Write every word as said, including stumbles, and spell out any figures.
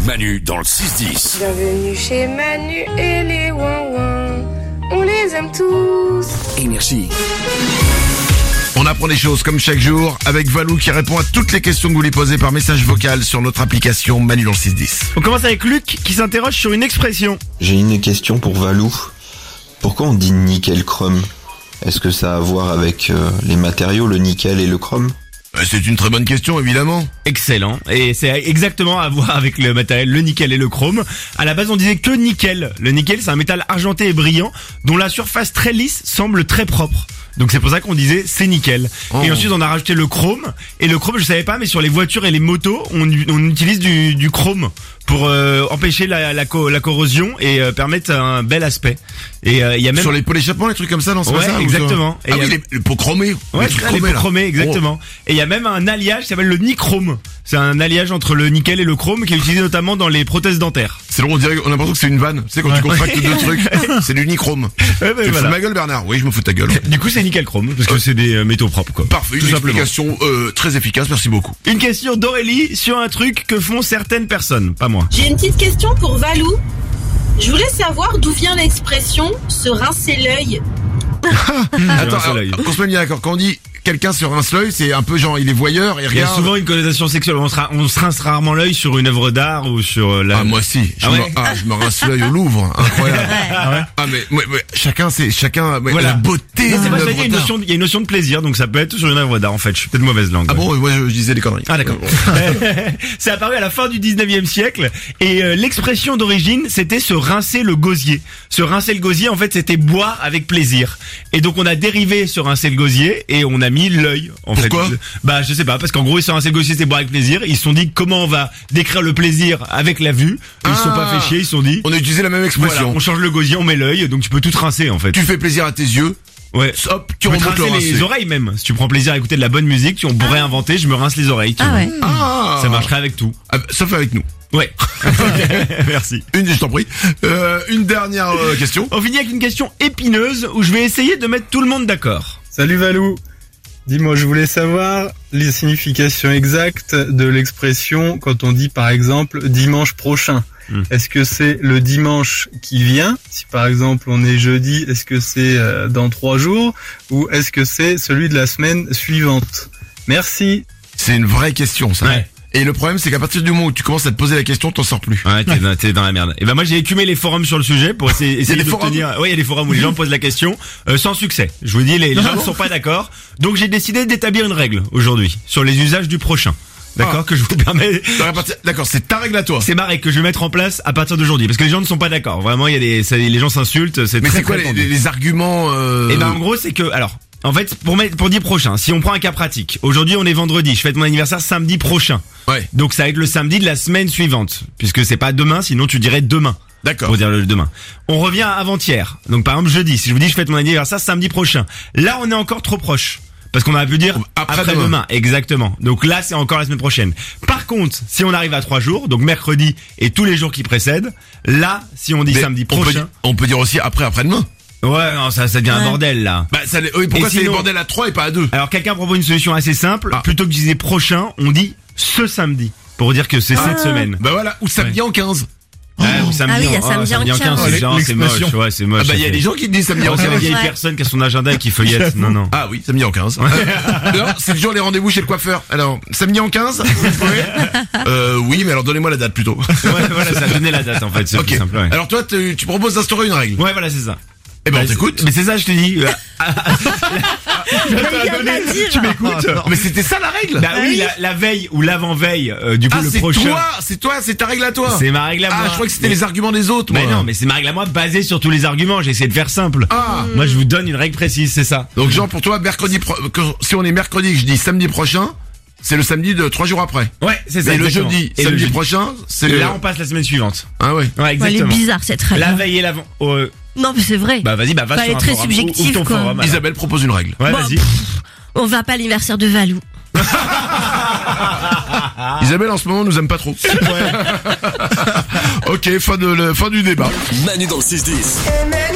Manu dans le six dix. Bienvenue chez Manu et les ouin-ouin. On les aime tous. Énergie. On apprend des choses comme chaque jour avec Valou qui répond à toutes les questions que vous lui posez par message vocal sur notre application Manu dans le six dix. On commence avec Luc qui s'interroge sur une expression. J'ai une question pour Valou. Pourquoi on dit nickel chrome? Est-ce que ça a à voir avec euh, les matériaux, le nickel et le chrome? C'est une très bonne question, évidemment. Excellent. Et c'est exactement à voir avec le matériel, le nickel et le chrome. À la base, on disait que nickel. Le nickel, c'est un métal argenté et brillant dont la surface très lisse semble très propre. Donc c'est pour ça qu'on disait c'est nickel. Oh. Et ensuite on a rajouté le chrome. Et le chrome, je savais pas, mais sur les voitures et les motos, on, on utilise du, du chrome pour euh, empêcher la, la, co- la corrosion et euh, permettre un bel aspect. Et il euh, y a même Sur les pots d'échappement, les trucs comme ça, non, c'est ouais, pas ça, exactement. ou ça Ah Et oui, y a... les, les pots chromés. Ouais, les trucs c'est ça, les chromés, pots là. chromés, exactement. Et il y a même un alliage qui s'appelle le nichrome. C'est un alliage entre le nickel et le chrome qui est utilisé notamment dans les prothèses dentaires. C'est drôle, on dirait, on a l'impression que c'est une vanne. Tu sais, quand Ouais. tu contractes deux trucs, c'est du nichrome. Ouais, bah, tu te voilà. fous de ma gueule, Bernard? Oui, je me fous de ta gueule. Du coup, c'est nickel chrome parce que c'est des euh, métaux propres, quoi. Parfait, Tout une simplement. explication euh, très efficace, merci beaucoup. Une question d'Aurélie sur un truc que font certaines personnes, pas moi. J'ai une petite question pour Valou. Je voulais savoir d'où vient l'expression se rincer l'œil. Attends, rince l'œil. alors, qu'on se mette bien d'accord. Quand on dit quelqu'un se rince l'œil, c'est un peu genre, il est voyeur et Il y a regarde. souvent une connotation sexuelle. On se, ra- on se rince rarement l'œil sur une œuvre d'art ou sur euh, la. Ah, moi si. Je, Ah me, ouais ah, je me rince l'œil au Louvre. Incroyable. Ah ouais. Ah, mais, ouais, ouais, chacun, c'est, chacun, ouais, Voilà. la beauté Mais d'une c'est pas ça, œuvre il y a une d'art. notion, de- il y a une notion de plaisir, donc ça peut être sur une œuvre d'art en fait. Je suis peut-être mauvaise langue. Ah bon, moi je, je disais des conneries. Ah d'accord. C'est apparu à la fin du dix-neuvième siècle et euh, l'expression d'origine c'était se rincer le gosier. Se rincer le gosier en fait c'était boire avec plaisir. Et donc on a dérivé se rincer le gosier et on a mis l'œil en Pourquoi fait. Bah je sais pas parce qu'en gros se rincer le gosier c'était boire avec plaisir. Ils se sont dit comment on va décrire le plaisir avec la vue. Et Ils se sont Ah. pas fait chier, ils se sont dit On a utilisé la même voilà, expression. on change le gosier, on met l'œil donc tu peux tout te rincer en fait. Tu fais plaisir à tes yeux, Ouais. hop, tu Tu peux te remontes le rincer les rincer. oreilles même. Si tu prends plaisir à écouter de la bonne musique, tu on pourrait inventer je me rince les oreilles. tu Ah vois. ouais. Ah. Ça marcherait avec tout. Ah, sauf avec nous. Ouais. Merci. Une, je t'en prie. Euh, une dernière euh, question. On finit avec une question épineuse où je vais essayer de mettre tout le monde d'accord. Salut Valou. Dis-moi, je voulais savoir les significations exactes de l'expression quand on dit par exemple dimanche prochain. Hmm. Est-ce que c'est le dimanche qui vient? Si par exemple on est jeudi, est-ce que c'est euh, dans trois jours? Ou est-ce que c'est celui de la semaine suivante? Merci. C'est une vraie question, ça. Ouais. Et le problème, c'est qu'à partir du moment où tu commences à te poser la question, t'en sors plus. Ouais, t'es dans, t'es dans la merde. Et ben moi j'ai écumé les forums sur le sujet pour essayer, essayer des d'obtenir. Oui, il y a des forums où les gens posent la question euh, sans succès. Je vous dis, les, les gens ne sont pas d'accord. Donc j'ai décidé d'établir une règle aujourd'hui sur les usages du prochain. D'accord, Ah. que je vous permets. Donc, à partir- D'accord, c'est ta règle à toi. C'est ma règle que je vais mettre en place à partir d'aujourd'hui parce que les gens ne sont pas d'accord. Vraiment, il y a des, ça- les gens s'insultent. C'est Mais très, c'est quoi très les, tendu. les- les arguments euh... Et ben en gros c'est que alors en fait pour mettre pour dire prochain, si on prend un cas pratique, aujourd'hui on est vendredi, je fête mon anniversaire samedi prochain. Ouais, Donc ça va être le samedi de la semaine suivante puisque c'est pas demain, sinon tu dirais demain. d'accord. Pour dire le demain. On revient à avant-hier. Donc par exemple jeudi, si je vous dis je fête mon anniversaire samedi prochain. Là on est encore trop proche. Parce qu'on aurait pu dire Après après-demain. demain. Exactement. Donc là, c'est encore la semaine prochaine. Par contre, si on arrive à trois jours, donc mercredi et tous les jours qui précèdent, là, si on dit Mais samedi on peut, prochain. di- on peut dire aussi après, après-demain. Ouais, non, ça, ça devient un Ouais. bordel, là. Bah, ça, l'est- oui, pourquoi Et c'est sinon- bordel à trois et pas à deux? Alors, quelqu'un propose une solution assez simple. Ah. Plutôt que de dire prochain, on dit ce samedi. Pour dire que c'est cette semaine. Bah voilà, ou samedi en quinze. Ouais, ou samedi, Ah oui, il y a oh, samedi en quinze. c'est genre, c'est moche, L'expression. ouais, c'est moche. Ah bah, ça il y a fait- des gens qui te disent samedi en Oh, c'est la quinze. vieille Ouais. personne qui a son agenda et qui feuillette. Non, non. Ah oui, samedi en quinze. Non, c'est toujours les rendez-vous chez le coiffeur. Alors, samedi en quinze? euh, oui, mais alors donnez-moi la date plutôt. Ouais, voilà, ça donnait la date, en fait. C'est Ok. plus simple, ouais. Alors toi, tu, tu proposes d'instaurer une règle. Ouais, voilà, c'est ça. Eh ben, on Bah, t'écoute. Mais c'est ça, je te dis. Il vient de la dire. Tu m'écoutes? Mais c'était ça la règle? Bah oui, la, la veille ou l'avant-veille, euh, du coup, ah, le c'est prochain. toi, c'est toi, c'est ta règle à toi. C'est ma règle à moi. Ah, je crois que c'était Mais- les arguments des autres, moi. Mais non, mais c'est ma règle à moi basée sur tous les arguments. J'ai essayé de faire simple. Ah. Moi, je vous donne une règle précise, c'est ça. Donc, genre, pour toi, mercredi, pro- quand- si on est mercredi et que je dis samedi prochain, c'est le samedi de trois jours après. Ouais, c'est ça. Et le exactement. jeudi, Et le samedi jeudi. prochain, c'est Et le... là, on passe la semaine suivante. Ah ouais. Ouais, Ouais, elle est exactement. bizarre cette règle. La veille et l'avant. Oh, euh, Non, mais c'est vrai. bah vas-y, bah va Bah, sur elle est un très forum. subjective, Ouvre ton quoi. forum, alors. Isabelle propose une règle. Ouais, Bon, vas-y. On va pas à l'anniversaire de Valou. Isabelle, en ce moment, nous aime pas trop. Ok, fin de, le- fin du débat. Manu dans le six dix. Aimez